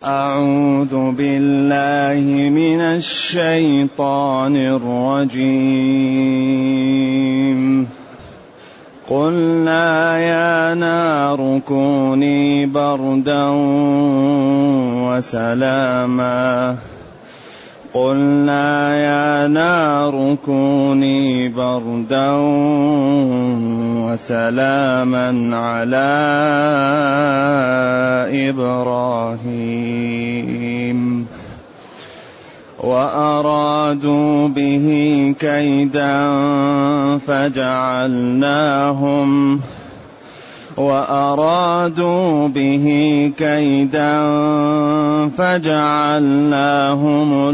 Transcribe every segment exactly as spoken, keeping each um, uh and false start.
أعوذ بالله من الشيطان الرجيم. قلنا يا نار كوني بردا وسلاما قلنا يا نار كوني بردا وسلاما على إبراهيم وأرادوا به كيدا فجعلناهم وأرادوا به كيدا فجعلناهم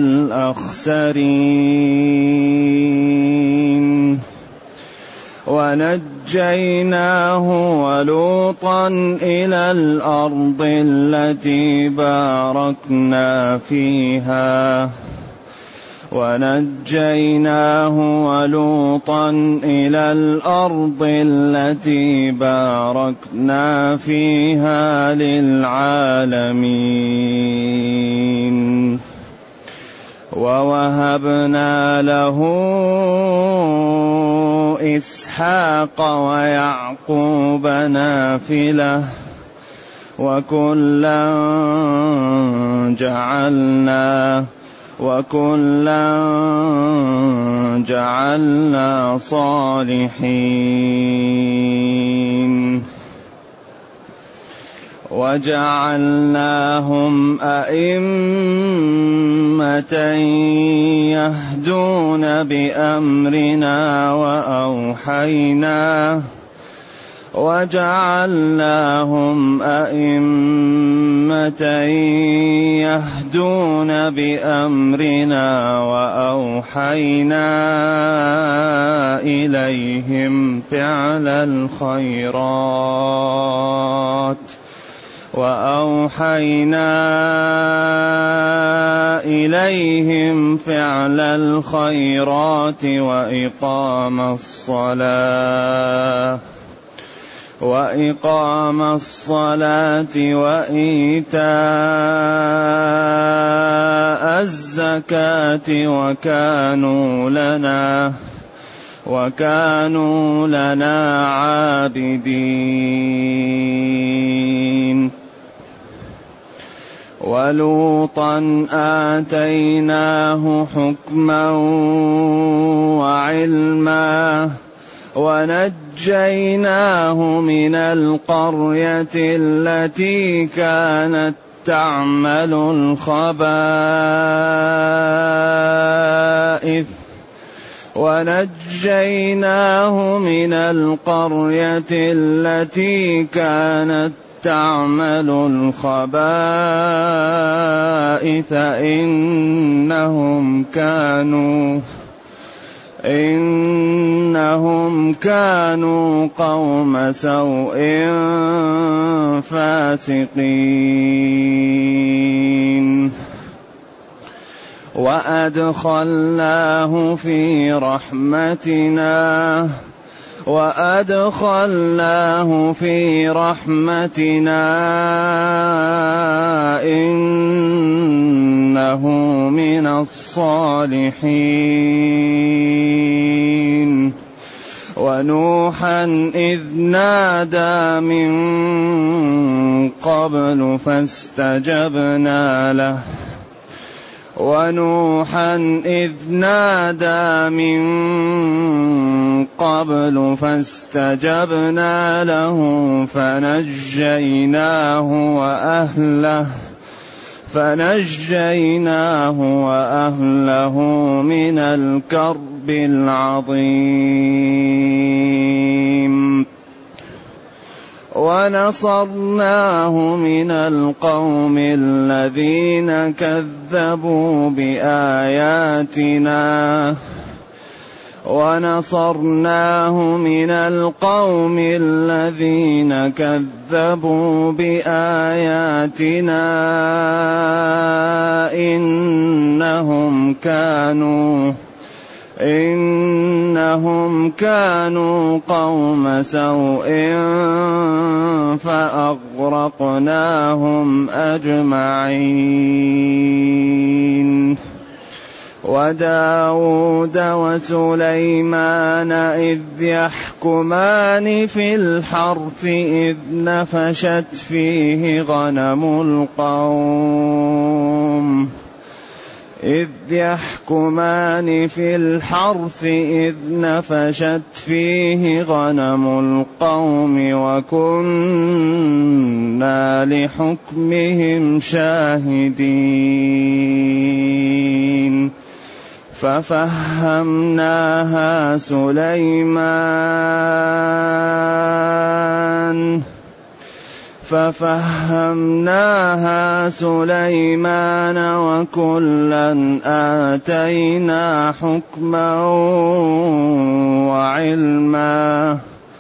الأخسرين ونجيناه ولوطا إلى الأرض التي باركنا فيها ونجيناه ولوطا إلى الأرض التي باركنا فيها للعالمين ووهبنا له إسحاق ويعقوب نافلة وكلا جعلنا وكلا جعلنا صالحين وجعلناهم أئمة يهدون بأمرنا وأوحينا وجعلناهم أئمة يهدون بأمرنا وأوحينا إليهم فعل الخيرات وأوحينا إليهم فعل الخيرات وإقام الصلاة وإقام الصلاة وإيتاء الزكاة وكانوا لنا وكانوا لنا عابدين ولوطا آتيناه حكما وعلما ونجيناه من القرية التي كانت تعمل الخبائث ونجيناه من القرية التي كانت تعمل الخبائث إنهم كانوا إنهم كانوا قوم سوء فاسقين وأدخلناه في رحمتنا وأدخلناه في رحمتنا إنه من الصالحين ونوحا إذ نادى من قبل فاستجبنا له ونوحا إذ نادى من قبل فاستجبنا له فنجيناه وأهله فنجيناه وأهله من الكرب العظيم ونصرناه من القوم الذين كذبوا بآياتنا ونصرناه من القوم الذين كذبوا بآياتنا إنهم كانوا إن إنهم كانوا قوم سوء فأغرقناهم أجمعين. وداود وسليمان إذ يحكمان في الحرث إذ نفشت فيه غنم القوم إذ يحكمان في الحرث إذ نفشت فيه غنم القوم وكنا لحكمهم شاهدين. ففهمناها سليمان ففهمناها سليمان وكلا آتينا حكما وعلما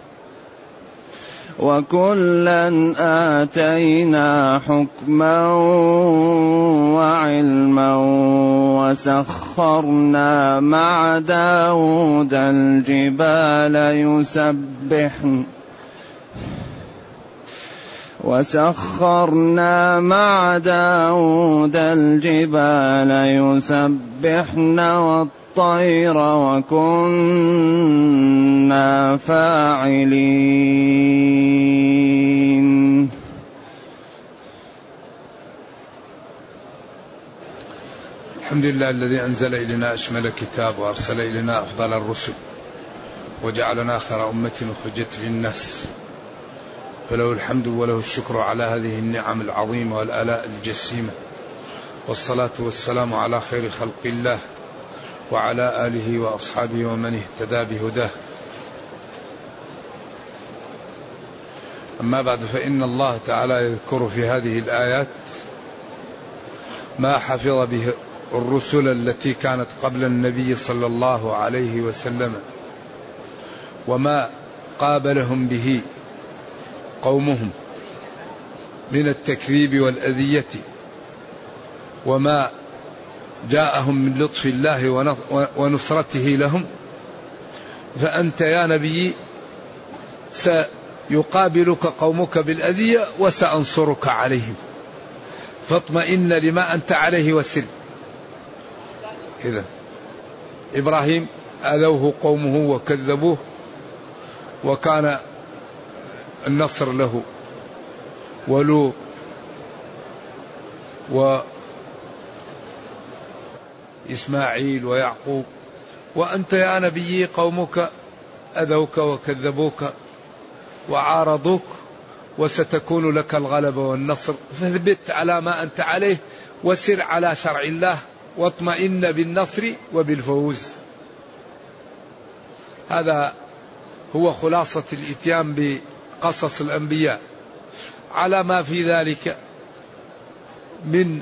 وكلا آتينا حكما وعلما وسخرنا مع داود الجبال يسبحن وسخرنا مع داود الجبال يسبحن والطير وكنا فاعلين. الحمد لله الذي أنزل إلينا أشمل الكتاب وأرسل إلينا أفضل الرسل وجعلنا خير أمة أخرجت للناس، فله الحمد وله الشكر على هذه النعم العظيمة والآلاء الجسيمة، والصلاة والسلام على خير خلق الله وعلى آله وأصحابه ومن اهتدى بهداه. أما بعد، فإن الله تعالى يذكر في هذه الآيات ما حفظ به الرسل التي كانت قبل النبي صلى الله عليه وسلم، وما قابلهم به قومهم من التكذيب والأذية، وما جاءهم من لطف الله ونصرته لهم. فأنت يا نبي سيقابلك قومك بالأذية وسأنصرك عليهم، فاطمئن لما أنت عليه وسر. إذن إبراهيم أذوه قومه وكذبوه وكان النصر له، ولوط وإسماعيل ويعقوب. وأنت يا نبي قومك أذوك وكذبوك وعارضوك، وستكون لك الغلبة والنصر، فاثبت على ما أنت عليه وسر على شرع الله واطمئن بالنصر وبالفوز. هذا هو خلاصة الإتيان بقصص الأنبياء على ما في ذلك من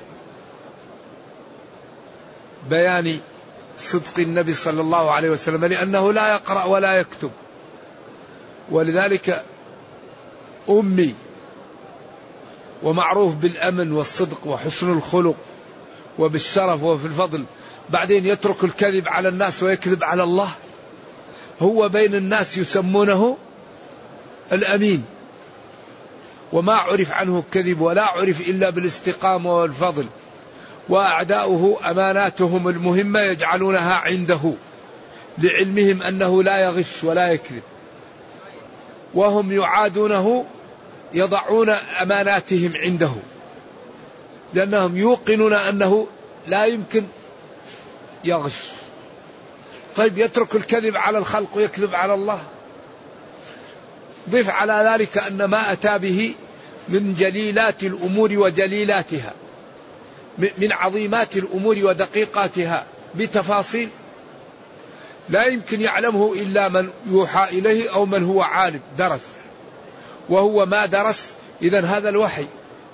بيان صدق النبي صلى الله عليه وسلم، لأنه لا يقرأ ولا يكتب، ولذلك أمي ومعروف بالأمن والصدق وحسن الخلق وبالشرف وفي الفضل، بعدين يترك الكذب على الناس ويكذب على الله. هو بين الناس يسمونه الأمين، وما عرف عنه الكذب ولا عرف إلا بالاستقامة والفضل. وأعداؤه أماناتهم المهمة يجعلونها عنده لعلمهم أنه لا يغش ولا يكذب، وهم يعادونه يضعون أماناتهم عنده لأنهم يوقنون أنه لا يمكن يغش. طيب يترك الكذب على الخلق ويكذب على الله. ضف على ذلك أن ما أتى به من جليلات الأمور وجليلاتها، من عظيمات الأمور ودقيقاتها بتفاصيل لا يمكن يعلمه إلا من يوحى إليه أو من هو عالم درس، وهو ما درس. إذن هذا الوحي،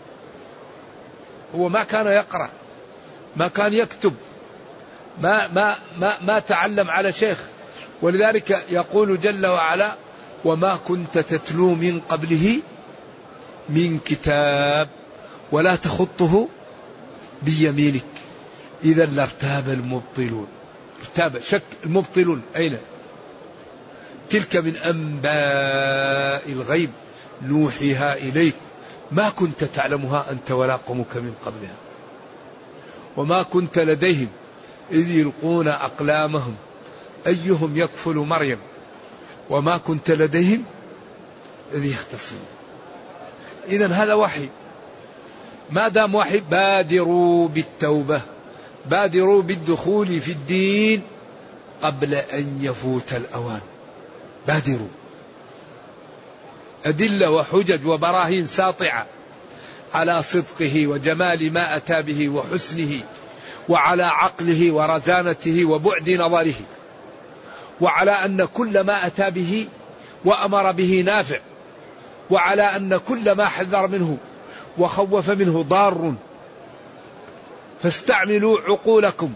هو ما كان يقرأ، ما كان يكتب، ما ما ما ما تعلم على شيخ. ولذلك يقول جل وعلا: وما كنت تتلو من قبله من كتاب ولا تخطه بيمينك إذا لارتاب المبطلون. ارتاب شك المبطلون أين؟ تلك من أنباء الغيب نوحيها إليك ما كنت تعلمها أنت ولا قومك من قبلها وما كنت لديهم إذ يلقون أقلامهم أيهم يكفل مريم وما كنت لديهم إذ يختصمون. إذن هذا وحي، ما دام وحي بادروا بالتوبة، بادروا بالدخول في الدين قبل أن يفوت الأوان. بادروا. أدلة وحجج وبراهين ساطعة على صدقه وجمال ما أتى به وحسنه، وعلى عقله ورزانته وبعد نظره، وعلى أن كل ما أتى به وأمر به نافع، وعلى أن كل ما حذر منه وخوف منه ضار. فاستعملوا عقولكم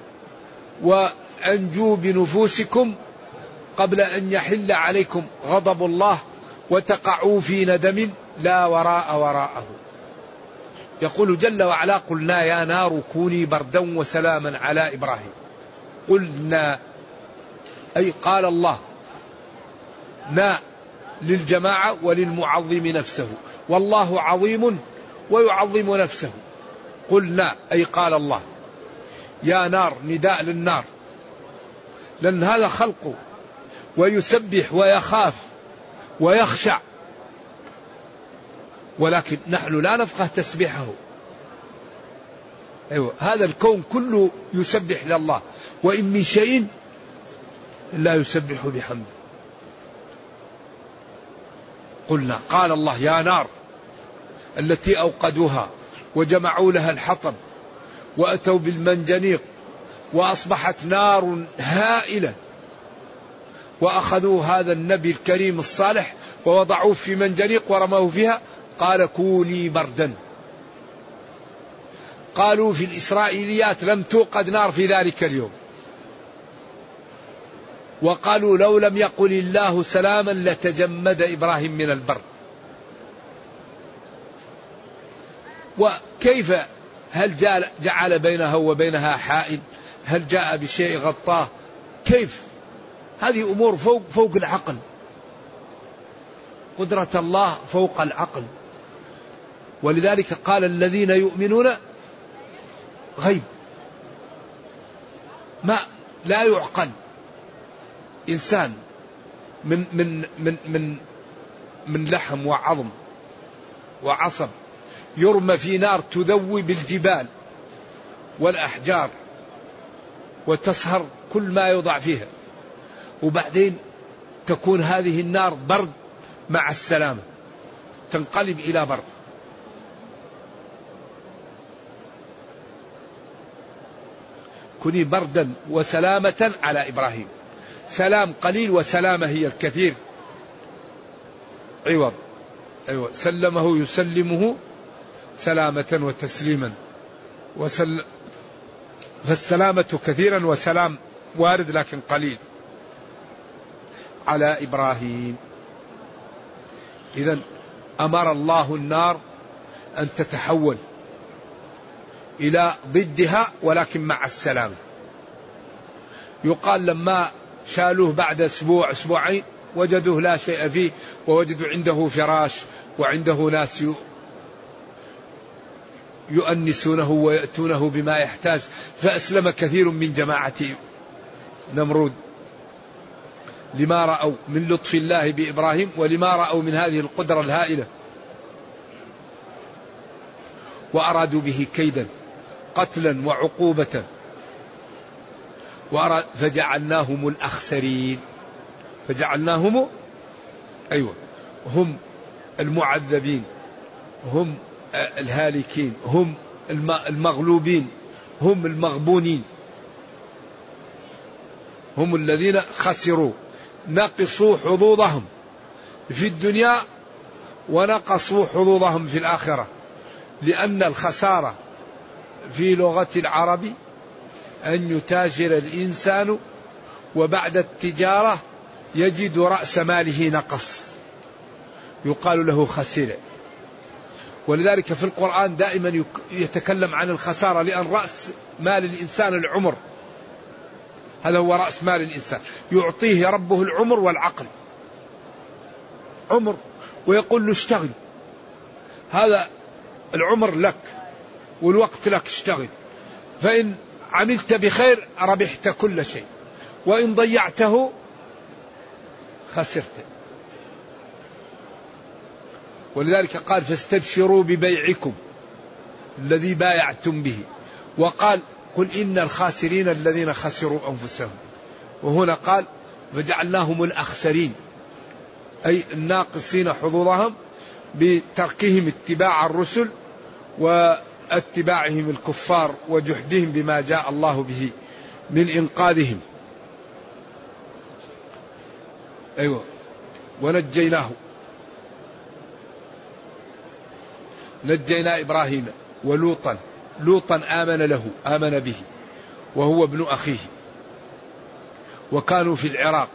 وأنجوا بنفوسكم قبل أن يحل عليكم غضب الله وتقعوا في ندم لا وراء وراءه. يقول جل وعلا: قلنا يا نار كوني بردا وسلاما على إبراهيم. قلنا أي قال الله، نا للجماعة وللمعظم نفسه، والله عظيم ويعظم نفسه. قلنا أي قال الله يا نار، نداء للنار، لأن هذا خلقه ويسبح ويخاف ويخشع، ولكن نحن لا نفقه تسبيحه. أيوة، هذا الكون كله يسبح لله، وإن من شيء لا يسبح بحمده. قلنا قال الله يا نار التي أوقدوها وجمعوا لها الحطب وأتوا بالمنجنيق وأصبحت نار هائلة، وأخذوا هذا النبي الكريم الصالح ووضعوه في منجنيق ورموه فيها، قال كوني بردا. قالوا في الإسرائيليات لم توقد نار في ذلك اليوم، وقالوا لو لم يقل الله سلاما لتجمد إبراهيم من البرد. وكيف، هل جعل بينها وبينها حائل؟ هل جاء بشيء غطاه؟ كيف؟ هذه أمور فوق فوق العقل. قدرة الله فوق العقل. ولذلك قال الذين يؤمنون غيب، ما لا يعقل. إنسان من من من من من لحم وعظم وعصب يرمى في نار تذوي بالجبال والأحجار وتصهر كل ما يوضع فيها، وبعدين تكون هذه النار برد مع السلامة، تنقلب إلى برد. كوني بردا وسلامة على إبراهيم. سلام قليل وسلامة هي الكثير. عوض أيوة، سلمه يسلمه سلامة وتسليما، وسل... فالسلامة كثيرا وسلام وارد لكن قليل على إبراهيم. إذن أمر الله النار أن تتحول إلى ضدها ولكن مع السلامة. يقال لما شالوه بعد أسبوع أسبوعين وجدوه لا شيء فيه، ووجدوا عنده فراش وعنده ناس يؤنسونه ويأتونه بما يحتاج، فأسلم كثير من جماعة نمرود لما رأوا من لطف الله بإبراهيم ولما رأوا من هذه القدرة الهائلة، وأرادوا به كيدا قتلا وعقوبة، وأراد فجعلناهم الأخسرين. فجعلناهم أيوة هم المعذبين، هم الهالكين، هم المغلوبين، هم المغبونين، هم الذين خسروا، نقصوا حظوظهم في الدنيا ونقصوا حظوظهم في الآخرة. لأن الخسارة في لغة العرب أن يتاجر الإنسان وبعد التجارة يجد رأس ماله نقص، يقال له خسر. ولذلك في القرآن دائما يتكلم عن الخسارة، لأن رأس مال الإنسان العمر، هذا هو رأس مال الإنسان، يعطيه ربه العمر والعقل، عمر ويقول له اشتغل، هذا العمر لك والوقت لك، اشتغل، فإن عملت بخير ربحت كل شيء، وإن ضيعته خسرت. ولذلك قال فاستبشروا ببيعكم الذي بايعتم به، وقال قل إن الخاسرين الذين خسروا أنفسهم، وهنا قال فجعلناهم الأخسرين، أي الناقصين حظوظهم بتركهم اتباع الرسل واتباعهم الكفار وجحدهم بما جاء الله به من إنقاذهم. أيوة ونجيناه، نجينا إبراهيم ولوطا، لوطا آمن له، آمن به وهو ابن أخيه، وكانوا في العراق.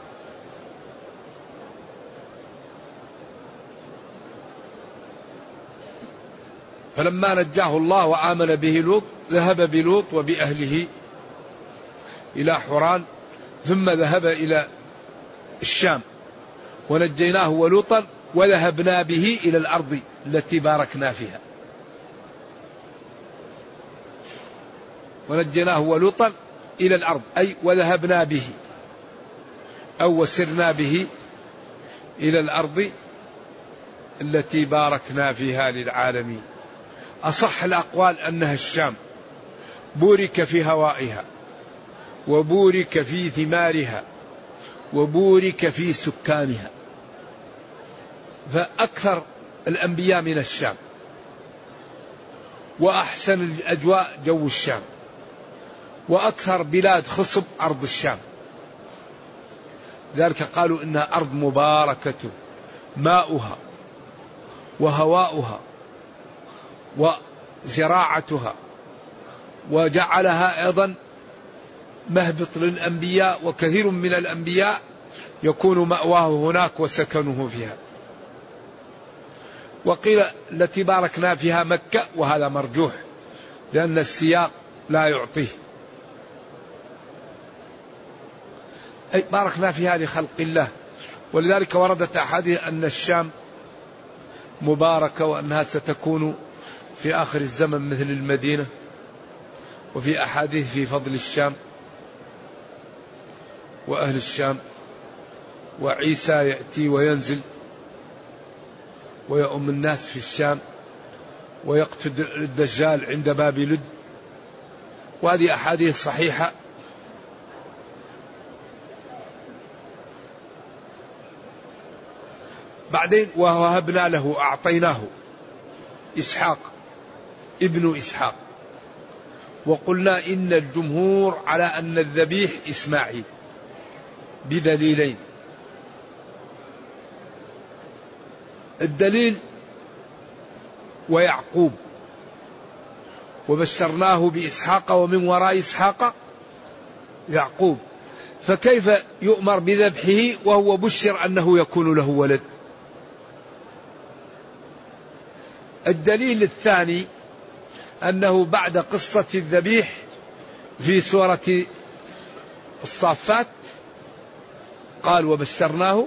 فلما نجاه الله وآمن به لوط ذهب بلوط وبأهله إلى حوران، ثم ذهب إلى الشام، ونجيناه ولوطا وذهبنا به إلى الأرض التي باركنا فيها. ونجيناه ولوطا إلى الأرض أي وذهبنا به أو وسرنا به إلى الأرض التي باركنا فيها للعالمين. أصح الأقوال أنها الشام، بورك في هوائها وبورك في ثمارها وبورك في سكانها، فأكثر الأنبياء من الشام، وأحسن الأجواء جو الشام، وأكثر بلاد خصب أرض الشام. ذلك قالوا إنها أرض مباركة ماؤها وهواؤها وزراعتها، وجعلها أيضا مهبط للأنبياء، وكثير من الأنبياء يكون مأواه هناك وسكنه فيها. وقيل التي باركنا فيها مكة، وهذا مرجوح لأن السياق لا يعطيه، أي باركنا فيها لخلق الله. ولذلك وردت أحاديث أن الشام مباركة وأنها ستكون في آخر الزمن مثل المدينة، وفي أحاديث في فضل الشام وأهل الشام، وعيسى يأتي وينزل ويؤم الناس في الشام ويقتل الدجال عند باب لد، وهذه أحاديث صحيحة. بعدين ووهبنا له، أعطيناه إسحاق ابن إسحاق، وقلنا إن الجمهور على أن الذبيح إسماعيل بدليلين. الدليل ويعقوب وبشرناه بإسحاق ومن وراء إسحاق يعقوب، فكيف يؤمر بذبحه وهو بشر أنه يكون له ولد؟ الدليل الثاني أنه بعد قصة الذبيح في سورة الصافات قال وبشرناه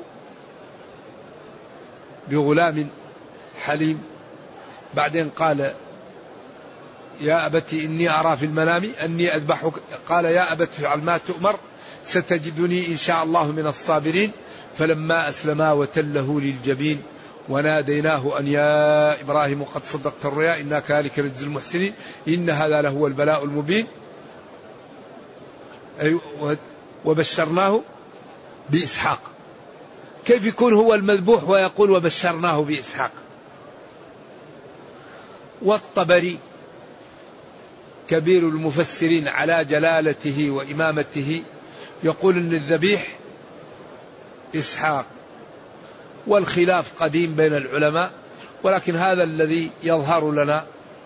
بغلام حليم، بعدين قال يا أبت إني أرى في المنام أني أذبحك، قال يا أبت افعل ما تؤمر ستجدني إن شاء الله من الصابرين، فلما أسلما وتله للجبين وناديناه أن يا إبراهيم قد صدقت الرؤيا إنا كذلك نجزي المحسنين إن هذا لهو البلاء المبين. أي وبشرناه بإسحاق، كيف يكون هو المذبوح ويقول وبشرناه بإسحاق؟ والطبري كبير المفسرين على جلالته وإمامته يقول إن الذبيح إسحاق، والخلاف قديم بين العلماء، ولكن هذا الذي يظهر لنا،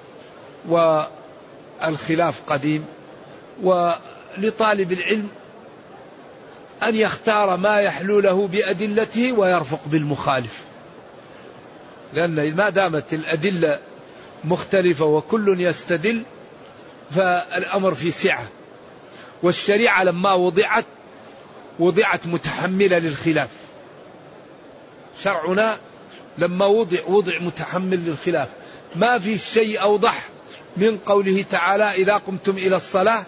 والخلاف قديم، ولطالب العلم أن يختار ما يحلو له بأدلته ويرفق بالمخالف، لأن ما دامت الأدلة مختلفة وكل يستدل فالأمر في سعة. والشريعة لما وضعت وضعت متحملة للخلاف. شرعنا لما وضع وضع متحمل للخلاف. ما في شيء أوضح من قوله تعالى إذا قمتم إلى الصلاة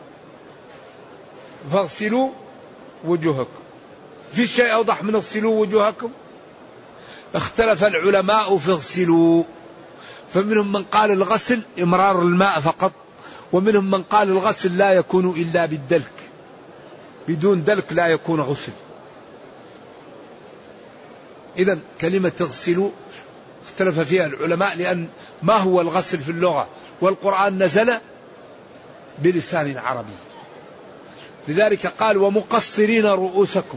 فاغسلوا وجوهكم. في شيء أوضح من اغسلوا وجوهكم؟ اختلف العلماء في اغسلوا، فمنهم من قال الغسل إمرار الماء فقط، ومنهم من قال الغسل لا يكون إلا بالدلك، بدون دلك لا يكون غسل. إذن كلمة اغسلوا اختلف فيها العلماء، لأن ما هو الغسل في اللغة؟ والقرآن نزل بلسان عربي، لذلك قال ومقصرين رؤوسكم.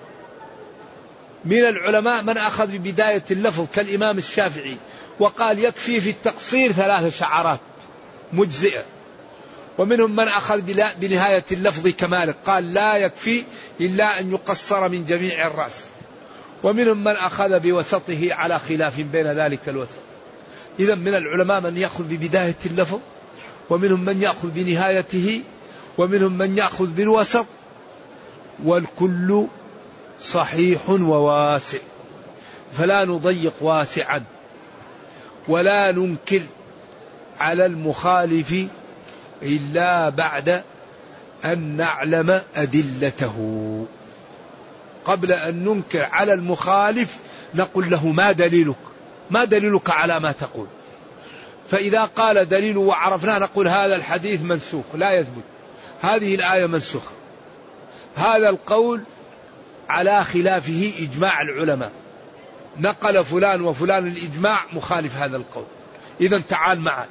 من العلماء من أخذ ببداية اللفظ كالإمام الشافعي وقال يكفي في التقصير ثلاث شعرات مجزئة، ومنهم من أخذ بنهاية اللفظ كمالك قال لا يكفي إلا أن يقصر من جميع الرأس، ومنهم من أخذ بوسطه على خلاف بين ذلك الوسط. إذا من العلماء من يأخذ ببداية اللفظ، ومنهم من يأخذ بنهايته، ومنهم من يأخذ بالوسط، والكل صحيح وواسع، فلا نضيق واسعا ولا ننكر على المخالف إلا بعد أن نعلم أدلته. قبل أن ننكر على المخالف نقول له ما دليلك؟ ما دليلك على ما تقول؟ فإذا قال دليله وعرفناه نقول هذا الحديث منسوخ لا يثبت، هذه الآية منسوخة، هذا القول على خلافه إجماع العلماء، نقل فلان وفلان الإجماع مخالف هذا القول، إذا تعال معا.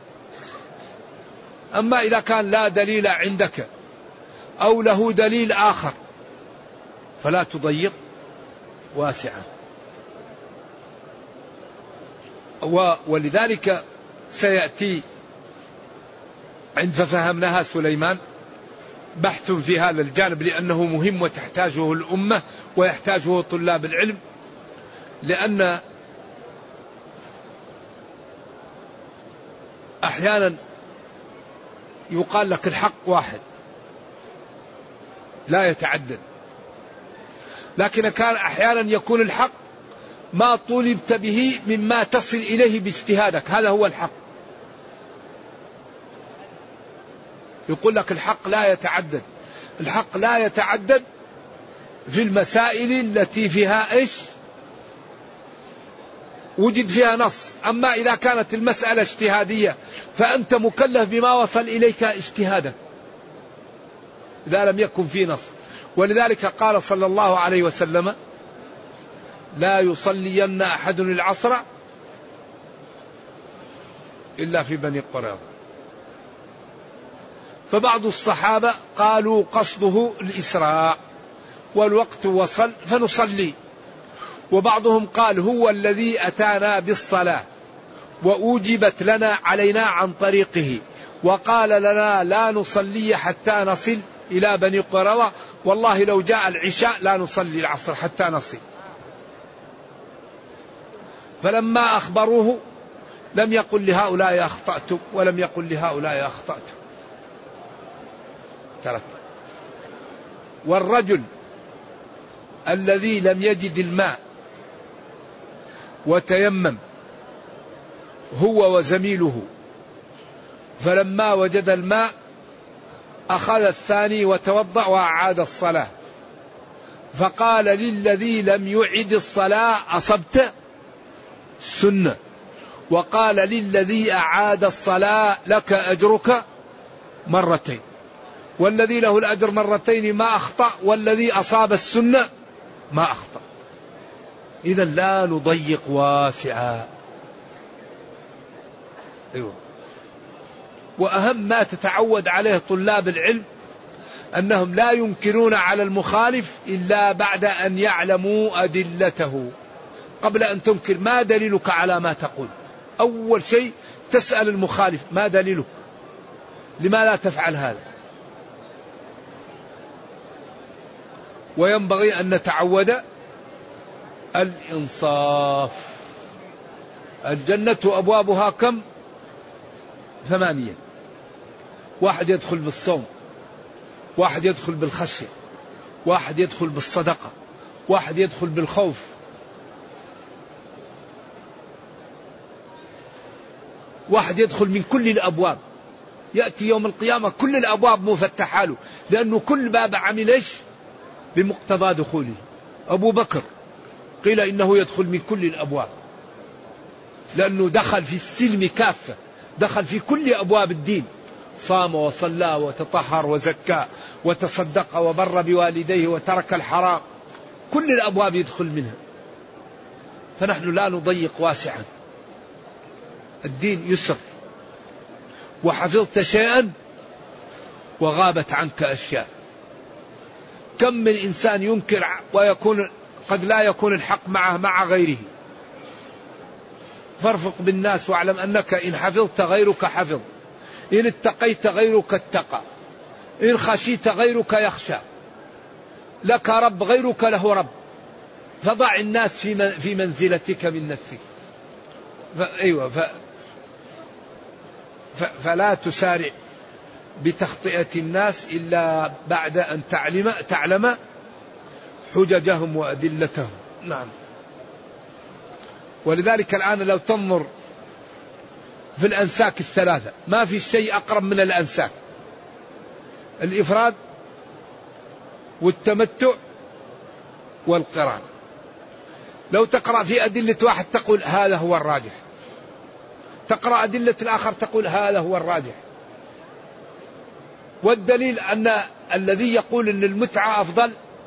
أما إذا كان لا دليل عندك أو له دليل آخر فلا تضيق واسعا. ولذلك سيأتي عند ففهمناها سليمان بحث في هذا الجانب، لأنه مهم وتحتاجه الأمة ويحتاجه طلاب العلم، لأن أحيانا يقال لك الحق واحد لا يتعدد، لكن كان أحيانا يكون الحق ما طولبت به مما تصل إليه باجتهادك، هذا هو الحق. يقول لك الحق لا يتعدد، الحق لا يتعدد في المسائل التي فيها إيش؟ وجد فيها نص. أما إذا كانت المسألة اجتهادية فأنت مكلف بما وصل إليك اجتهادا إذا لم يكن في نص. ولذلك قال صلى الله عليه وسلم لا يصلين أحد العصر إلا في بني قريظة. فبعض الصحابة قالوا قصده الإسراء والوقت وصل فنصلي، وبعضهم قال هو الذي أتانا بالصلاة وأوجبت لنا علينا عن طريقه وقال لنا لا نصلي حتى نصل إلى بني قريظة، والله لو جاء العشاء لا نصلي العصر حتى نصل. فلما أخبروه لم يقل لهؤلاء أخطأتم ولم يقل لهؤلاء أخطأتم، ترك. والرجل الذي لم يجد الماء وتيمم هو وزميله، فلما وجد الماء أخذ الثاني وتوضأ وأعاد الصلاة، فقال للذي لم يعد الصلاة أصبت السنة، وقال للذي أعاد الصلاة لك أجرك مرتين، والذي له الأجر مرتين ما أخطأ، والذي أصاب السنة ما أخطأ. إذا لا نضيق واسعا. أيوة. وأهم ما تتعود عليه طلاب العلم أنهم لا ينكرون على المخالف إلا بعد أن يعلموا أدلته. قبل أن تنكر ما دليلك على ما تقول؟ أول شيء تسأل المخالف ما دليلك؟ لما لا تفعل هذا؟ وينبغي أن نتعود الإنصاف. الجنة أبوابها كم؟ ثمانية. واحد يدخل بالصوم، واحد يدخل بالخشية، واحد يدخل بالصدقة، واحد يدخل بالخوف. واحد يدخل من كل الأبواب، يأتي يوم القيامة كل الأبواب مفتحة له، لأنه كل باب عمل إيش بمقتضى دخوله. أبو بكر قيل إنه يدخل من كل الأبواب، لأنه دخل في السلم كافة، دخل في كل أبواب الدين، صام وصلى وتطهر وزكى وتصدق وبر بوالديه وترك الحرام، كل الأبواب يدخل منها. فنحن لا نضيق واسعا، الدين يسر. وحفظت شيئا وغابت عنك أشياء. كم من إنسان ينكر ويكون قد لا يكون الحق معه مع غيره. فارفق بالناس واعلم أنك إن حفظت غيرك حفظ، إن اتقيت غيرك اتقى، إن خشيت غيرك يخشى، لك رب غيرك له رب، فضع الناس في في منزلتك من نفسك. أيوة ف فلا تسارع بتخطئة الناس إلا بعد أن تعلم تعلم حججهم وأدلتهم. نعم. ولذلك الآن لو تنظر في الأنساك الثلاثة ما في شيء أقرب من الأنساك، الإفراد والتمتع والقران. لو تقرأ في أدلة واحد تقول هذا هو الراجح، تقرأ أدلة الآخر تقول هذا هو الراجح. والدليل أن الذي يقول أن المتعة أفضل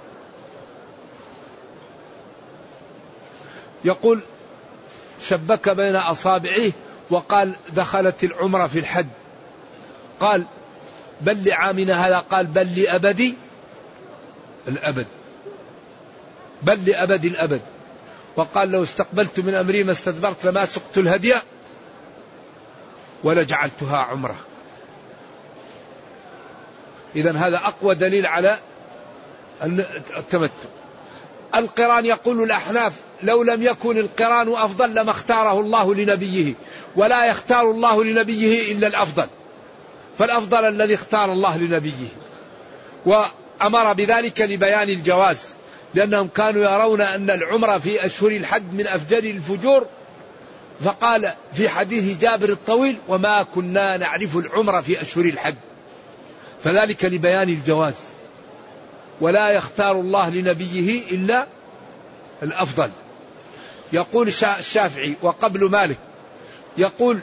يقول شبك بين أصابعه وقال دخلت العمرة في الحج، قال بل لعامنا هذا، قال بل لأبد الأبد، بل لأبد الأبد. وقال لو استقبلت من أمري ما استدبرت لما سقت الهدي ولا جعلتها عمرة. إذن هذا أقوى دليل على التمتع. القران يقول الأحناف لو لم يكن القران أفضل لما اختاره الله لنبيه، ولا يختار الله لنبيه إلا الأفضل، فالأفضل الذي اختار الله لنبيه. وأمر بذلك لبيان الجواز، لأنهم كانوا يرون أن العمرة في أشهر الحج من أفجر الفجور، فقال في حديث جابر الطويل وما كنا نعرف العمرة في أشهر الحج، فذلك لبيان الجواز. ولا يختار الله لنبيه إلا الأفضل. يقول الشافعي وقبل مالك يقول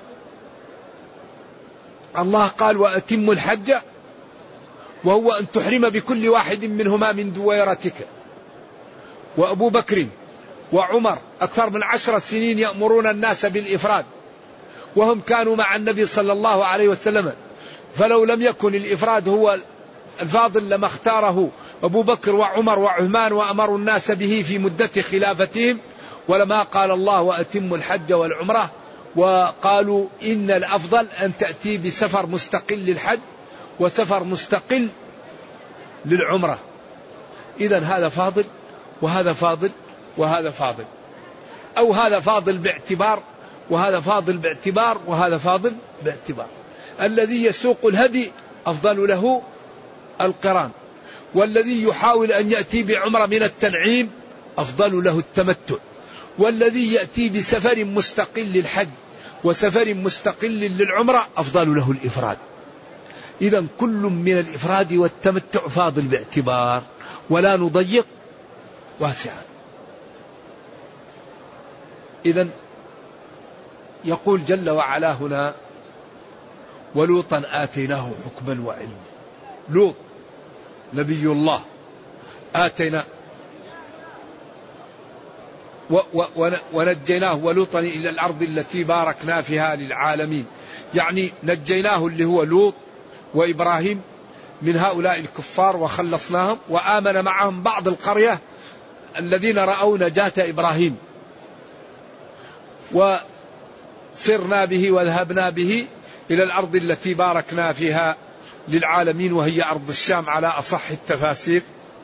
الله قال وأتم الحج، وهو أن تحرم بكل واحد منهما من دويرتك. وأبو بكر وعمر أكثر من عشر سنين يأمرون الناس بالإفراد، وهم كانوا مع النبي صلى الله عليه وسلم، فلو لم يكن الإفراد هو الفاضل لما اختاره أبو بكر وعمر وعثمان وأمروا الناس به في مدة خلافتهم، ولما قال الله وأتم الحج والعمرة، وقالوا إن الأفضل أن تأتي بسفر مستقل للحج وسفر مستقل للعمرة. إذن هذا فاضل وهذا فاضل وهذا فاضل، أو هذا فاضل باعتبار وهذا فاضل باعتبار وهذا فاضل باعتبار. الذي يسوق الهدي أفضل له القران، والذي يحاول أن يأتي بعمرة من التنعيم أفضل له التمتع، والذي يأتي بسفر مستقل للحج وسفر مستقل للعمرة أفضل له الإفراد. إذن كل من الإفراد والتمتع فاضل باعتبار، ولا نضيق واسعا. إذن يقول جل وعلا هنا ولوطا آتيناه حكما وعلما. لوط نبي الله آتينا ونجيناه ولوطا إلى الأرض التي باركنا فيها للعالمين، يعني نجيناه اللي هو لوط وإبراهيم من هؤلاء الكفار وخلصناهم، وآمن معهم بعض القرية الذين رأوا نجاة إبراهيم، وسرنا به وذهبنا به إلى الأرض التي باركنا فيها للعالمين، وهي أرض الشام على أصح التفاسير.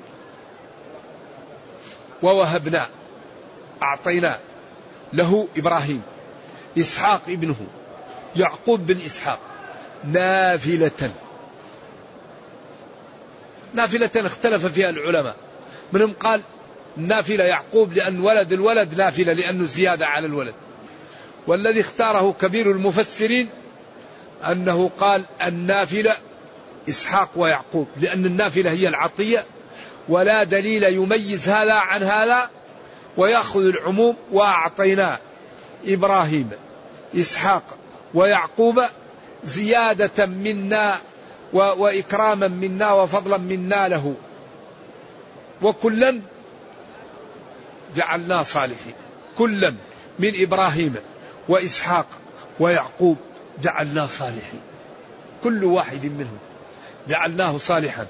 ووهبنا أعطينا له إبراهيم إسحاق ابنه يعقوب بن إسحاق نافلة، نافلة اختلف فيها العلماء، منهم قال النافلة يعقوب لأن ولد الولد نافلة لأنه زيادة على الولد، والذي اختاره كبير المفسرين أنه قال النافلة إسحاق ويعقوب، لأن النافلة هي العطية ولا دليل يميز هذا عن هذا، ويأخذ العموم وأعطيناه إبراهيم إسحاق ويعقوب زيادة منا وإكراما منا وفضلا منا له، وكلا جعلناه صالحين، كلا من إبراهيم وإسحاق ويعقوب جعلناه صالحين، كل واحد منهم جعلناه صالحا،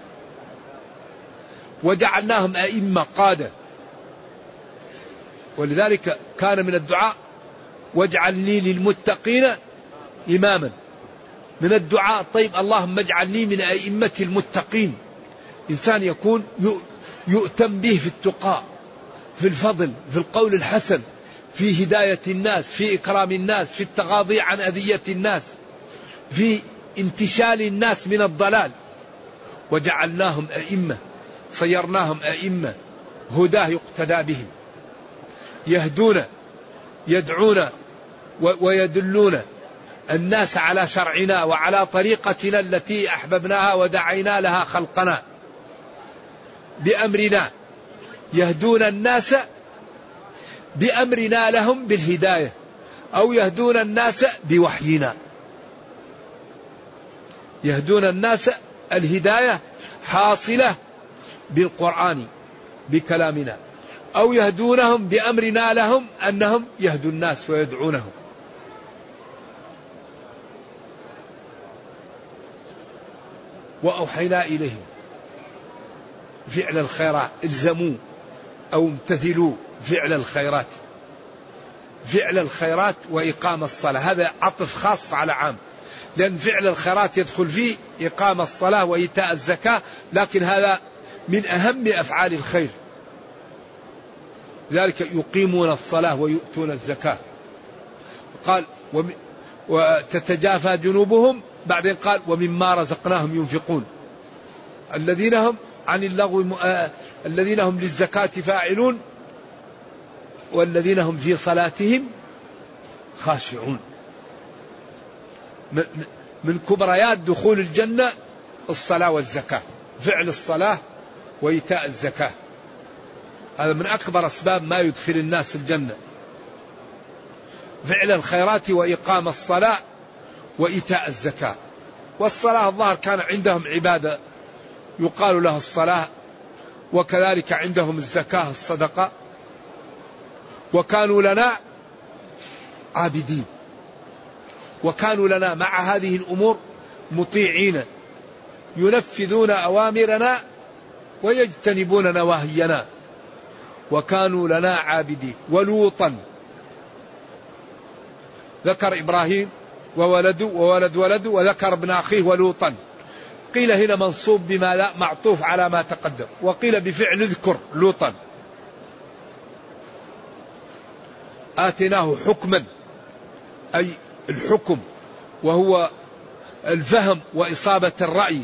وجعلناهم أئمة قادة. ولذلك كان من الدعاء واجعلني للمتقين إماما، من الدعاء طيب اللهم اجعلني من أئمة المتقين، إنسان يكون يؤتم به في التقاء، في الفضل، في القول الحسن، في هداية الناس، في إكرام الناس، في التغاضي عن أذية الناس، في انتشال الناس من الضلال. وجعلناهم أئمة، صيرناهم أئمة هداه يقتدى بهم، يهدون يدعون ويدلون الناس على شرعنا وعلى طريقتنا التي أحببناها ودعينا لها خلقنا بأمرنا، يهدون الناس بأمرنا لهم بالهداية، أو يهدون الناس بوحينا، يهدون الناس الهداية حاصلة بالقرآن بكلامنا، أو يهدونهم بأمرنا لهم أنهم يهدوا الناس ويدعونهم. وأوحينا إليهم فعل الخيرات، الزموا أو امتثلوا فعل الخيرات، فعل الخيرات وإقام الصلاة، هذا عطف خاص على عام، لأن فعل الخيرات يدخل فيه إقام الصلاة وإيتاء الزكاة، لكن هذا من أهم أفعال الخير، ذلك يقيمون الصلاة ويؤتون الزكاة. قال وتتجافى جنوبهم، بعدين قال ومما رزقناهم ينفقون، الذين هم عن اللغو م... آه... الذين هم للزكاة فاعلون والذين هم في صلاتهم خاشعون. م... من كبريات دخول الجنة الصلاة والزكاة، فعل الصلاة وإيتاء الزكاة، هذا من أكبر أسباب ما يدخل الناس الجنة، فعل الخيرات وإقام الصلاة وإيتاء الزكاة. والصلاة الظاهر كان عندهم عبادة يقال لها الصلاة، وكذلك عندهم الزكاة الصدقة، وكانوا لنا عابدين، وكانوا لنا مع هذه الأمور مطيعين، ينفذون أوامرنا ويجتنبون نواهينا، وكانوا لنا عابدين. ولوطا ذكر إبراهيم وولده وولد ولده، وذكر ابن أخيه ولوطا، قيل هنا منصوب بما لا معطوف على ما تقدم، وقيل بفعل اذكر لوطا. آتناه حكما أي الحكم، وهو الفهم وإصابة الرأي،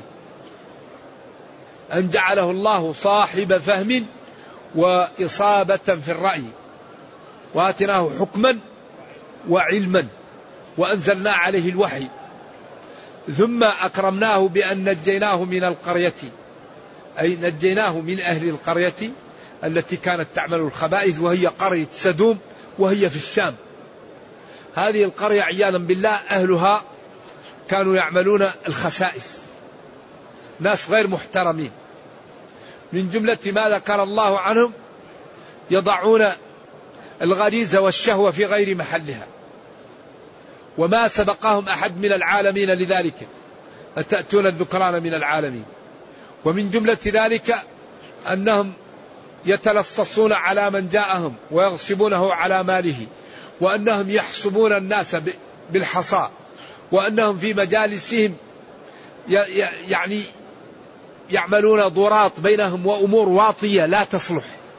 أن جعله الله صاحب فهم وإصابة في الرأي. وآتناه حكما وعلما وأنزلنا عليه الوحي، ثم أكرمناه بأن نجيناه من القرية، أي نجيناه من أهل القرية التي كانت تعمل الخبائث، وهي قرية سدوم، وهي في الشام. هذه القرية عياذا بالله أهلها كانوا يعملون الخسائس، ناس غير محترمين، من جملة ما ذكر الله عنهم يضعون الغريزة والشهوة في غير محلها، وما سبقهم أحد من العالمين لذلك، أتأتون الذكران من العالمين. ومن جملة ذلك أنهم يتلصصون على من جاءهم ويغصبونه على ماله، وأنهم يحسبون الناس بالحصى، وأنهم في مجالسهم يعني يعملون ضراط بينهم وأمور واطية لا تصلح،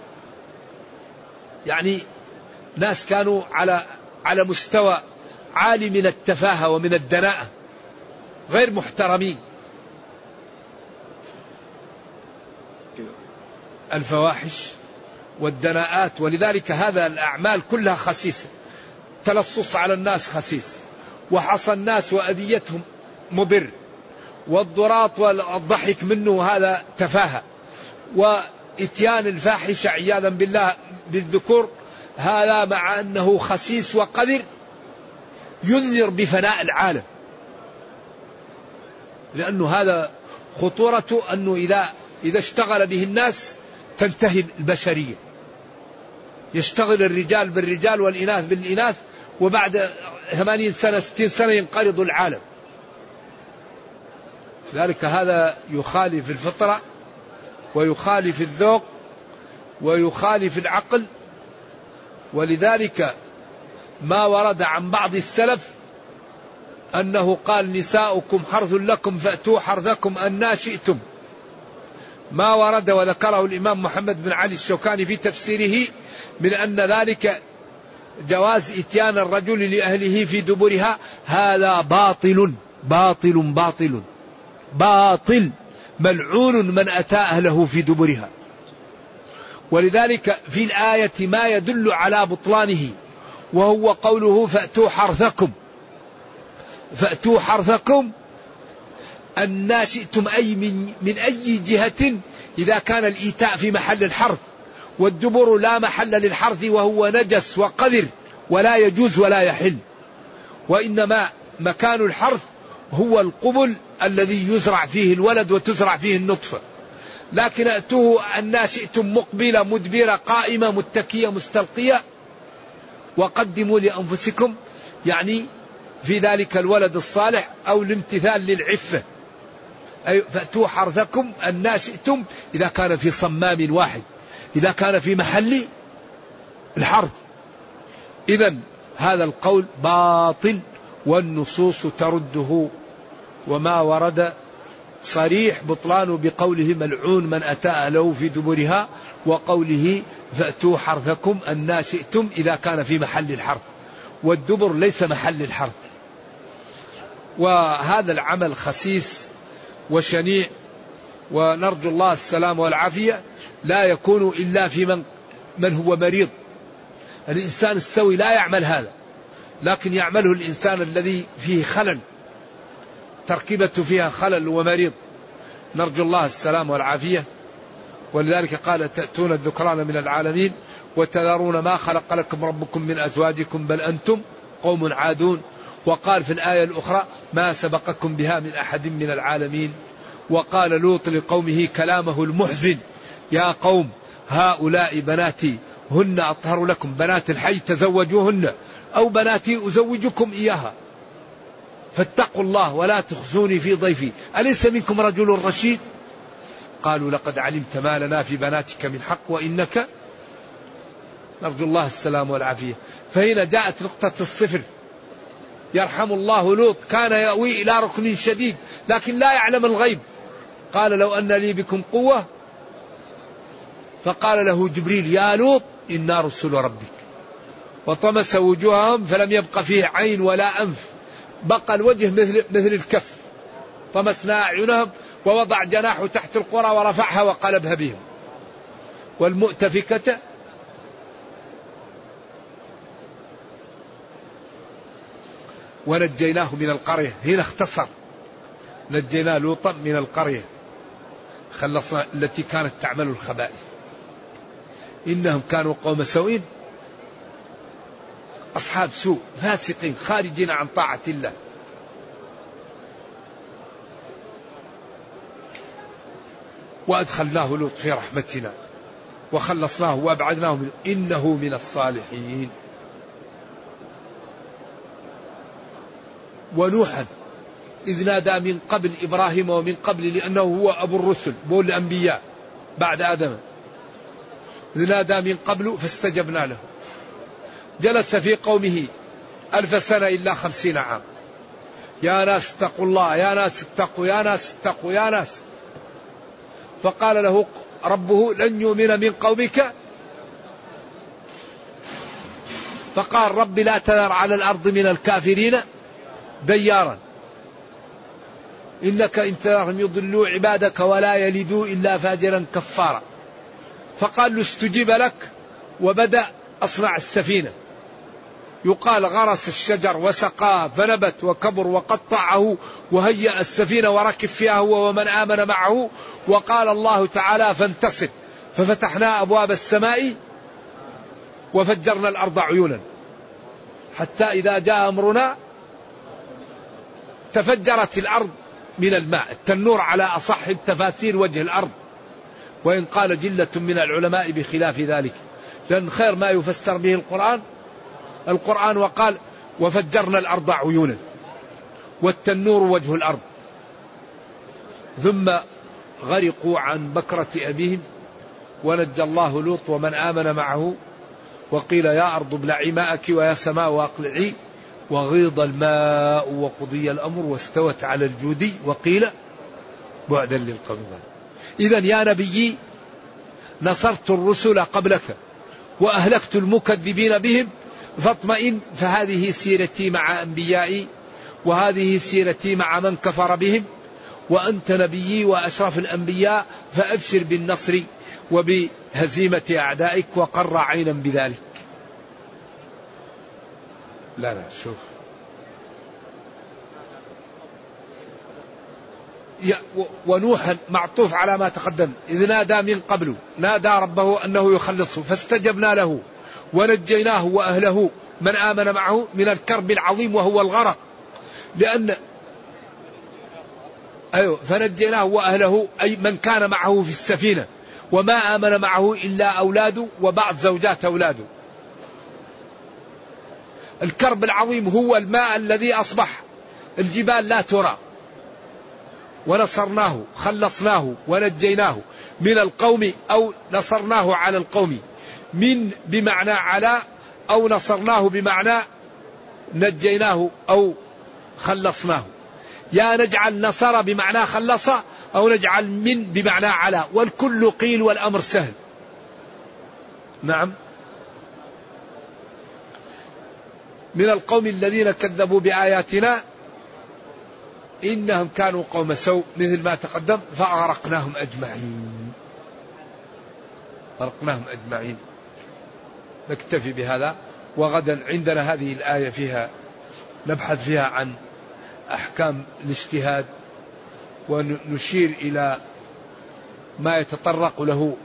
يعني ناس كانوا على على مستوى عالي من التفاهة ومن الدناءة، غير محترمين. الفواحش والدناءات. ولذلك هذا الأعمال كلها خسيسة. تلصص على الناس خسيس، وحصى الناس وأذيتهم مضر، والضراط والضحك منه هذا تفاهة، وإتيان الفاحشة عياذا بالله بالذكور هذا مع أنه خسيس وقذر ينذر بفناء العالم. لأنه هذا خطورته أنه إذا إذا اشتغل به الناس تنتهي البشرية. يشتغل الرجال بالرجال والإناث بالإناث، وبعد ثمانين سنة ستين سنة ينقرض العالم. ذلك هذا يخالف الفطرة ويخالف الذوق ويخالف العقل. ولذلك ما ورد عن بعض السلف أنه قال نساؤكم حرث لكم فأتوا حرثكم أنا شئتم، ما ورد وذكره الإمام محمد بن علي الشوكاني في تفسيره من أن ذلك جواز إتيان الرجل لأهله في دبرها هذا باطل باطل باطل باطل ملعون من أتى أهله في دبرها. ولذلك في الآية ما يدل على بطلانه، وهو قوله فأتوا حرثكم فأتوا حرثكم أن شئتم، أي من, من أي جهة إذا كان الإيتاء في محل الحرث، والدبر لا محل للحرث وهو نجس وقذر ولا يجوز ولا يحل، وإنما مكان الحرث هو القبل الذي يزرع فيه الولد وتزرع فيه النطفة. لكن أتوه أن شئتم مقبلة مدبرة قائمة متكية مستلقية، وقدموا لأنفسكم، يعني في ذلك الولد الصالح أو الامتثال للعفة. أي فأتوا حرثكم أن شئتم إذا كان في صمام واحد، إذا كان في محل الحرث. إذن هذا القول باطل والنصوص ترده، وما ورد صريح بطلانه بقوله ملعون من أتى أهله في دبرها، وقوله فأتوا حرثكم أن شئتم إذا كان في محل الحرث، والدبر ليس محل الحرث. وهذا العمل خسيس وشنيع، ونرجو الله السلام والعافية. لا يكون إلا في من, من هو مريض. الإنسان السوي لا يعمل هذا، لكن يعمله الإنسان الذي فيه خلل، تركيبته فيها خلل ومريض. نرجو الله السلام والعافية. ولذلك قال تأتون الذكران من العالمين وتذرون ما خلق لكم ربكم من أزواجكم بل أنتم قوم عادون. وقال في الآية الأخرى ما سبقكم بها من أحد من العالمين. وقال لوط لقومه كلامه المحزن يا قوم هؤلاء بناتي هن أطهر لكم، بنات الحي تزوجوهن، أو بناتي أزوجكم إياها، فاتقوا الله ولا تخزوني في ضيفي أليس منكم رجل رشيد. قالوا لقد علمت ما لنا في بناتك من حق وإنك. نرجو الله السلام والعافية. فهنا جاءت نقطة الصفر. يرحم الله لوط كان يأوي إلى ركن شديد لكن لا يعلم الغيب. قال لو أن لي بكم قوة، فقال له جبريل يا لوط إنا رسل ربك، وطمس وجوههم فلم يبق فيه عين ولا أنف، بقى الوجه مثل, مثل الكف. طمسنا أعينهم ووضع جناحه تحت القرى ورفعها وقلبها بهم. والمؤتفكة ونجيناه من القرية. هنا اختصر نجينا لوطا من القرية، خلصنا التي كانت تعمل الخبائث، إنهم كانوا قوم سوء أصحاب سوء فاسقين خارجين عن طاعة الله. وأدخلناه لوط في رحمتنا وخلصناه وأبعدناه إنه من الصالحين. ونوحا إذ نادى من قبل إبراهيم ومن قبل، لأنه هو أبو الرسل بول الأنبياء بعد آدم، إذ نادى من قبل فاستجبنا له. جلس في قومه ألف سنة إلا خمسين عام. يا ناس اتقوا الله، يا ناس اتقوا، يا ناس اتقوا، يا ناس. فقال له ربه لن يؤمن من قومك، فقال رب لا تذر على الأرض من الكافرين ديارا إنك إن تذرهم يضلوا عبادك ولا يلدوا إلا فاجرا كفارا. فقال له استجيب لك، وبدأ أصنع السفينة. يقال غرس الشجر وسقاه فنبت وكبر وقطعه وهيأ السفينة وركب فيها هو ومن آمن معه. وقال الله تعالى فانتصر ففتحنا أبواب السماء وفجرنا الأرض عيونا حتى إذا جاء أمرنا تفجرت الأرض من الماء. التنور على أصح التفاسير وجه الأرض، وإن قال جلة من العلماء بخلاف ذلك، لأن خير ما يفسر به القرآن القرآن وقال وفجرنا الأرض عيونا، والتنور وجه الأرض. ثم غرقوا عن بكرة أبيهم ونجى الله لوط ومن آمن معه، وقيل يا أرض ابلعي ماءك ويا سماء واقلعي وغيض الماء وقضي الأمر واستوت على الجودي وقيل بعدا للقوم الظالمين. إذن يا نبي نصرت الرسل قبلك وأهلكت المكذبين بهم فاطمئن، فهذه سيرتي مع أنبيائي وهذه سيرتي مع من كفر بهم، وأنت نبيي وأشرف الأنبياء، فأبشر بالنصر وبهزيمة أعدائك وقر عينا بذلك. لا لا شوف ونوحا معطوف على ما تقدم، إذ نادى من قبل نادى ربه أنه يخلصه فاستجبنا له ونجيناه وأهله من آمن معه من الكرب العظيم وهو الغرق. لأن أيوه فنجيناه وأهله أي من كان معه في السفينة، وما آمن معه إلا أولاده وبعض زوجات أولاده. الكرب العظيم هو الماء الذي أصبح الجبال لا ترى، ونصرناه خلصناه ونجيناه من القوم، أو نصرناه على القوم، من بمعنى على، أو نصرناه بمعنى نجيناه أو خلصناه. يا نجعل نصر بمعنى خلص، أو نجعل من بمعنى على، والكل قيل والأمر سهل. نعم. من القوم الذين كذبوا بآياتنا إنهم كانوا قوم سوء مثل ما تقدم فأغرقناهم أجمعين. أغرقناهم أجمعين. نكتفي بهذا، وغدا عندنا هذه الآية فيها نبحث فيها عن أحكام الاجتهاد، ونشير إلى ما يتطرق له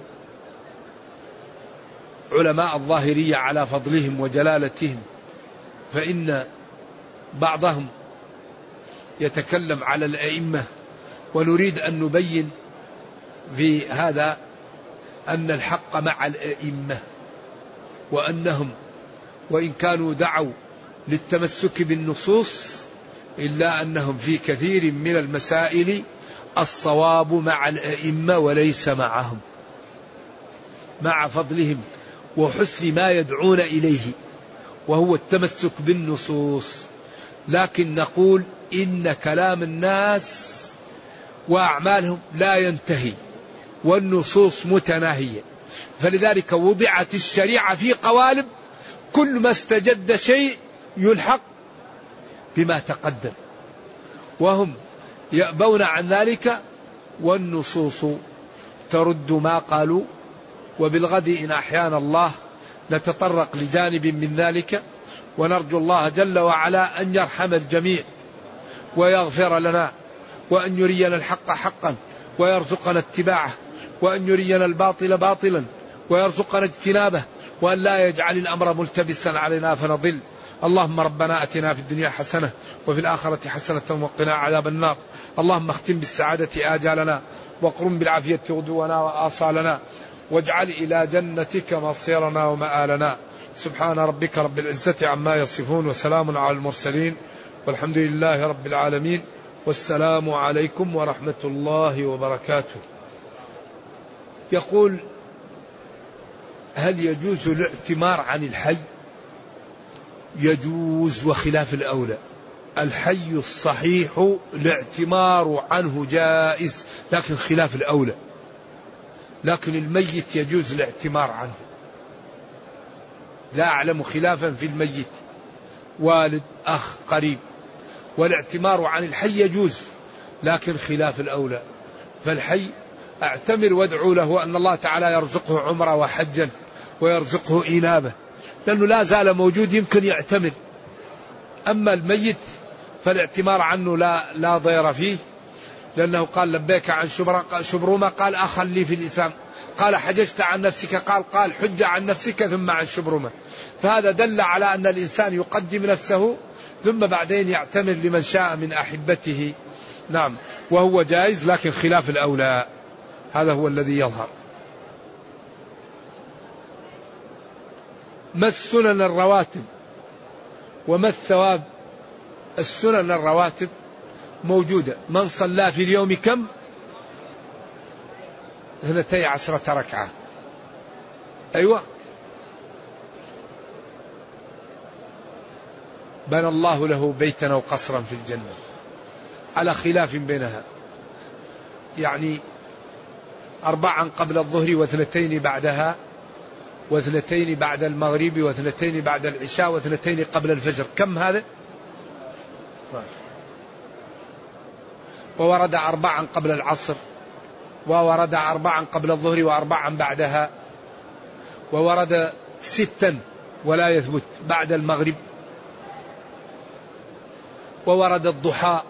علماء الظاهرية على فضلهم وجلالتهم، فإن بعضهم يتكلم على الأئمة، ونريد أن نبين في هذا أن الحق مع الأئمة، وأنهم وإن كانوا دعوا للتمسك بالنصوص إلا أنهم في كثير من المسائل الصواب مع الأئمة وليس معهم، مع فضلهم وحسن ما يدعون إليه وهو التمسك بالنصوص. لكن نقول إن كلام الناس وأعمالهم لا ينتهي، والنصوص متناهية، فلذلك وضعت الشريعة في قوالب، كل ما استجد شيء يلحق بما تقدم، وهم يأبون عن ذلك، والنصوص ترد ما قالوا. وبالغد إن أحيانا الله نتطرق لجانب من ذلك، ونرجو الله جل وعلا أن يرحم الجميع ويغفر لنا، وأن يرينا الحق حقا ويرزقنا اتباعه، وأن يرينا الباطل باطلا ويرزقنا اجتنابه، وأن لا يجعل الأمر ملتبسا علينا فنضل. اللهم ربنا أتنا في الدنيا حسنة وفي الآخرة حسنة وقنا عذاب النار. اللهم اختم بالسعادة آجالنا، وقرم بالعافية غدونا وآصالنا، واجعل إلى جنتك مصيرنا ومآلنا. سبحان ربك رب العزة عما يصفون، وسلام على المرسلين، والحمد لله رب العالمين، والسلام عليكم ورحمة الله وبركاته. يقول: هل يجوز الاعتمار عن الحي؟ يجوز، وخلاف الأولى. الحي الصحيح الاعتمار عنه جائز، لكن خلاف الأولى. لكن الميت يجوز الاعتمار عنه، لا أعلم خلافا في الميت، والد أخ قريب. والاعتمار عن الحي يجوز، لكن خلاف الأولى. فالحي اعتمر وادعو له أن الله تعالى يرزقه عمره وحجا ويرزقه إنابة، لأنه لا زال موجود يمكن يعتمر. أما الميت فالاعتمار عنه لا لا ضير فيه، لأنه قال لبيك عن شبرمة، قال أخا لي في الإسلام، قال حججت عن نفسك، قال قال حج عن نفسك ثم عن شبرمة. فهذا دل على أن الإنسان يقدم نفسه ثم بعدين يعتمر لمن شاء من أحبته. نعم، وهو جائز لكن خلاف الأولى، هذا هو الذي يظهر. ما السنن الرواتب وما الثواب؟ السنن الرواتب موجودة. من صلى في اليوم كم؟ اثنتي عشرة ركعة. أيوة، بنى الله له بيتا أو قصرا في الجنة، على خلاف بينها، يعني أربعا قبل الظهر واثنتين بعدها واثنتين بعد المغرب واثنتين بعد العشاء واثنتين قبل الفجر. كم هذا؟ وورد أربعا قبل العصر، وورد أربعا قبل الظهر وأربعا بعدها، وورد ستا ولا يثبت بعد المغرب، وورد الضحى.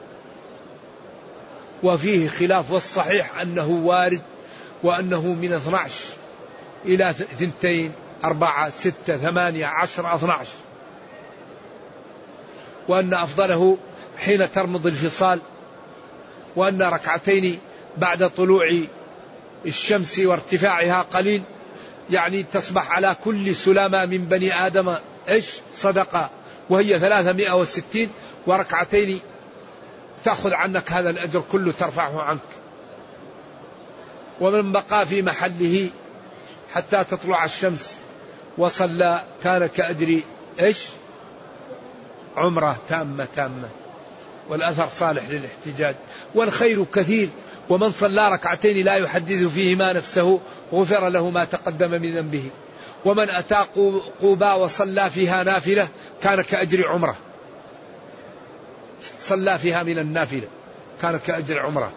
وفيه خلاف، والصحيح أنه وارد، وأنه من اثنى عشر إلى اثنتين أربعة ستة ثمانية عشر اثنى عشر، وأن أفضله حين ترمض الفصال، وأن ركعتين بعد طلوع الشمس وارتفاعها قليل، يعني تصبح على كل سلامة من بني آدم إيش صدقة، وهي ثلاثمائة وستين، وركعتين تأخذ عنك هذا الأجر كله ترفعه عنك. ومن بقى في محله حتى تطلع الشمس وصلى كان كأجر إيش عمره تامة تامة. والأثر صالح للاحتجاج، والخير كثير. ومن صلى ركعتين لا يحدث فيهما نفسه غفر له ما تقدم من ذنبه. ومن أتى قوبا وصلى فيها نافلة كان كأجر عمره، صلى فيها من النافلة كان كأجر عمره.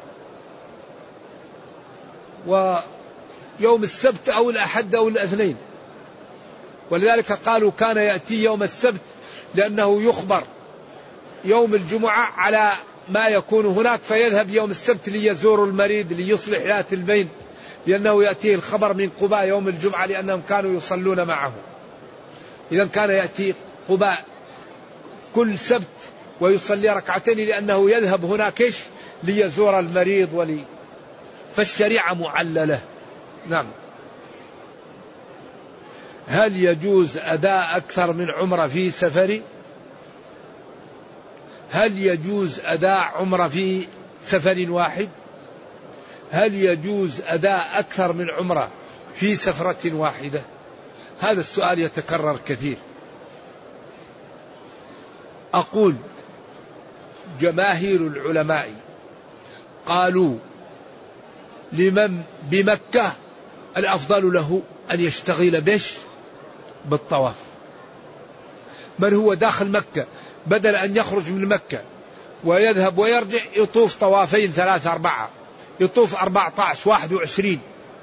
ويوم السبت أو الأحد أو الاثنين، ولذلك قالوا كان يأتي يوم السبت لأنه يخبر يوم الجمعة على ما يكون هناك، فيذهب يوم السبت ليزور المريض ليصلح ذات البين، لأنه يأتيه الخبر من قباء يوم الجمعة لأنهم كانوا يصلون معه. إذا كان يأتي قباء كل سبت ويصلي ركعتين لأنه يذهب هناك إيش ليزور المريض ولي، فالشريعة معللة. نعم. هل يجوز أداء أكثر من عمرة في سفر؟ هل يجوز أداء عمرة في سفر واحد؟ هل يجوز أداء أكثر من عمرة في سفرة واحدة؟ هذا السؤال يتكرر كثير. أقول جماهير العلماء قالوا لمن بمكة الأفضل له أن يشتغل بش بالطواف. من هو داخل مكة بدل أن يخرج من مكة ويذهب ويرجع يطوف طوافين ثلاثة أربعة، يطوف أربعة عشر واحد وعشرين.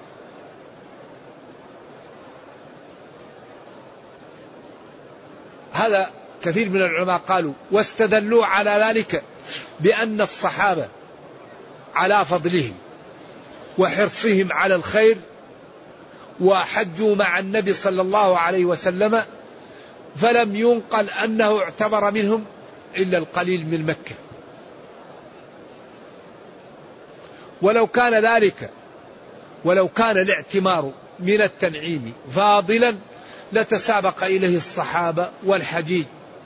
هذا كثير من العلماء قالوا، واستدلوا على ذلك بأن الصحابة على فضلهم وحرصهم على الخير وحجوا مع النبي صلى الله عليه وسلم، فلم ينقل أنه اعتبر منهم إلا القليل من مكة. ولو كان ذلك، ولو كان الاعتمار من التنعيم فاضلا لتسابق إليه الصحابة والحجيج.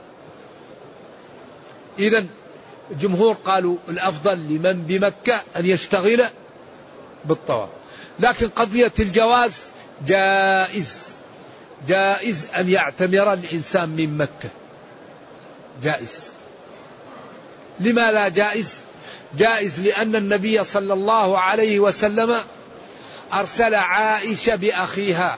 إذن الجمهور قالوا الأفضل لمن بمكة أن يشتغل بالطواف، لكن قضية الجواز جائز، جائز أن يعتمر الإنسان من مكة، جائز. لما لا جائز؟ جائز لأن النبي صلى الله عليه وسلم أرسل عائشة بأخيها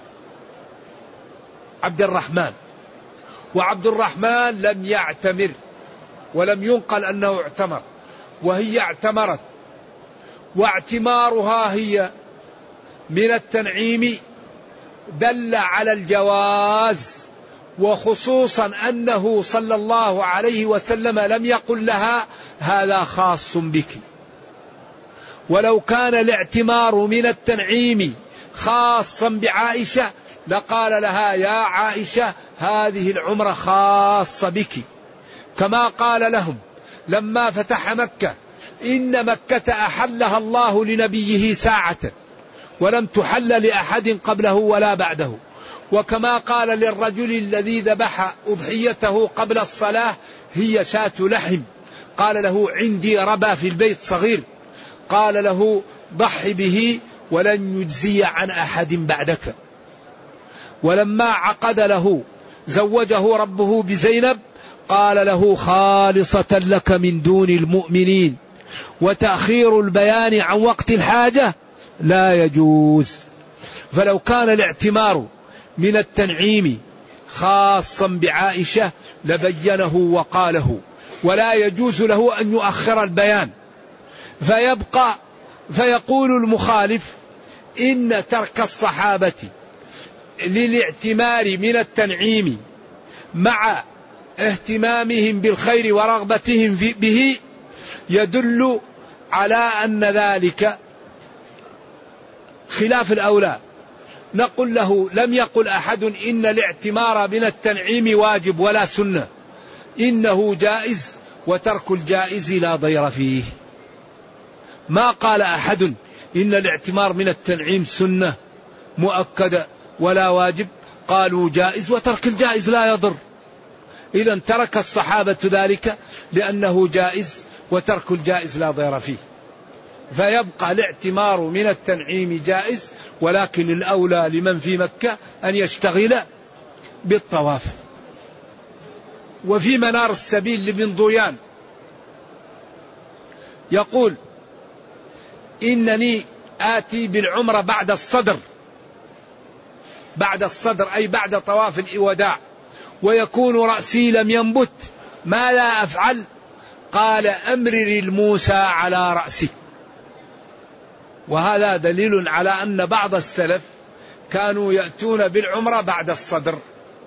عبد الرحمن، وعبد الرحمن لم يعتمر ولم ينقل أنه اعتمر، وهي اعتمرت، واعتمارها هي من التنعيم دل على الجواز، وخصوصا أنه صلى الله عليه وسلم لم يقل لها هذا خاص بك. ولو كان الاعتمار من التنعيم خاصا بعائشة لقال لها يا عائشة هذه العمرة خاصة بك، كما قال لهم لما فتح مكة إن مكة أحلها الله لنبيه ساعة ولم تحل لأحد قبله ولا بعده. وكما قال للرجل الذي ذبح أضحيته قبل الصلاة هي شاة لحم، قال له عندي ربا في البيت صغير، قال له ضح به ولن يجزي عن أحد بعدك. ولما عقد له زوجه ربه بزينب قال له خالصة لك من دون المؤمنين، وتأخير البيان عن وقت الحاجة لا يجوز. فلو كان الاعتمار من التنعيم خاصا بعائشة لبينه وقاله، ولا يجوز له أن يؤخر البيان. فيبقى فيقول المخالف إن ترك الصحابة للاعتمار من التنعيم مع اهتمامهم بالخير ورغبتهم به يدل على أن ذلك خلاف الأولى. نقول له لم يقل أحد إن الاعتمار من التنعيم واجب ولا سنة، إنه جائز وترك الجائز لا ضير فيه. ما قال أحد إن الاعتمار من التنعيم سنة مؤكدة ولا واجب، قالوا جائز وترك الجائز لا يضر. إذن ترك الصحابة ذلك لأنه جائز وترك الجائز لا ضير فيه. فيبقى الاعتمار من التنعيم جائز، ولكن الأولى لمن في مكة أن يشتغل بالطواف. وفي منار السبيل لابن ضويان يقول إنني آتي بالعمرة بعد الصدر، بعد الصدر أي بعد طواف الوداع، ويكون رأسي لم ينبت، ما لا أفعل؟ قال أمرر الموسى على رأسي. وهذا دليل على أن بعض السلف كانوا يأتون بالعمرة بعد الصدر.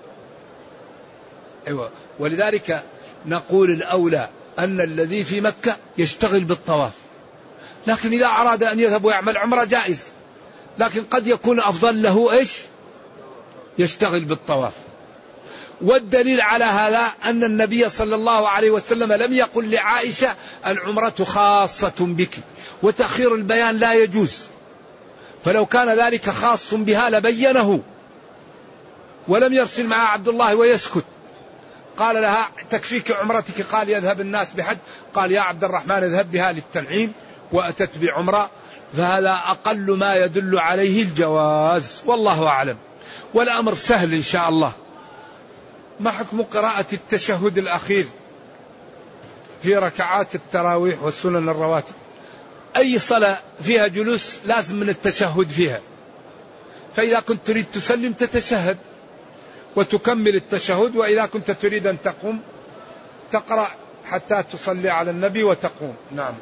أيوة. ولذلك نقول الأولى أن الذي في مكة يشتغل بالطواف، لكن إذا أراد أن يذهب ويعمل عمرة جائز، لكن قد يكون أفضل له إيش؟ يشتغل بالطواف. والدليل على هذا أن النبي صلى الله عليه وسلم لم يقل لعائشة العمرة خاصة بك، وتأخير البيان لا يجوز. فلو كان ذلك خاص بها لبينه، ولم يرسل معها عبد الله ويسكت. قال لها تكفيك عمرتك، قال يذهب الناس بحج، قال يا عبد الرحمن اذهب بها للتنعيم وأتت بعمرة. فهذا أقل ما يدل عليه الجواز، والله أعلم. والأمر سهل إن شاء الله. ما حكم قراءة التشهد الأخير في ركعات التراويح والسنن الرواتب؟ أي صلاة فيها جلوس لازم من التشهد فيها، فإذا كنت تريد تسلم تتشهد وتكمل التشهد، وإذا كنت تريد أن تقوم تقرأ حتى تصلي على النبي وتقوم. نعم.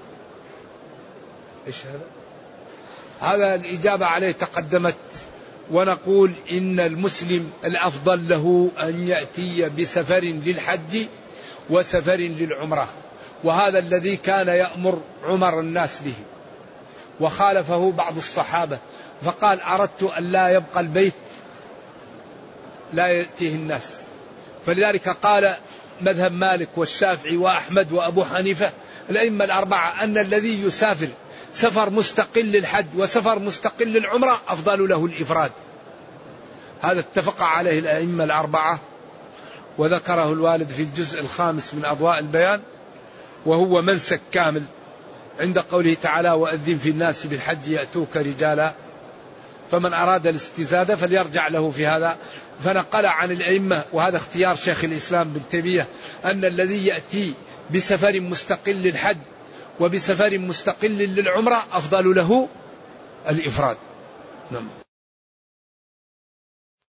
إيش هذا؟ هذا الإجابة عليه تقدمت. ونقول إن المسلم الأفضل له أن يأتي بسفر للحج وسفر للعمرة، وهذا الذي كان يأمر عمر الناس به، وخالفه بعض الصحابة فقال أردت أن لا يبقى البيت لا يأتيه الناس. فلذلك قال مذهب مالك والشافعي وأحمد وأبو حنيفة الأئمة الأربعة أن الذي يسافر سفر مستقل للحج وسفر مستقل للعمرة أفضل له الإفراد. هذا اتفق عليه الأئمة الأربعة، وذكره الوالد في الجزء الخامس من أضواء البيان، وهو منسك كامل عند قوله تعالى وأذن في الناس بالحج يأتوك رجالا. فمن أراد الاستزادة فليرجع له في هذا. فنقل عن الأئمة، وهذا اختيار شيخ الإسلام ابن تيمية، أن الذي يأتي بسفر مستقل للحج وبسفر مستقل للعمرة أفضل له الإفراد. نعم.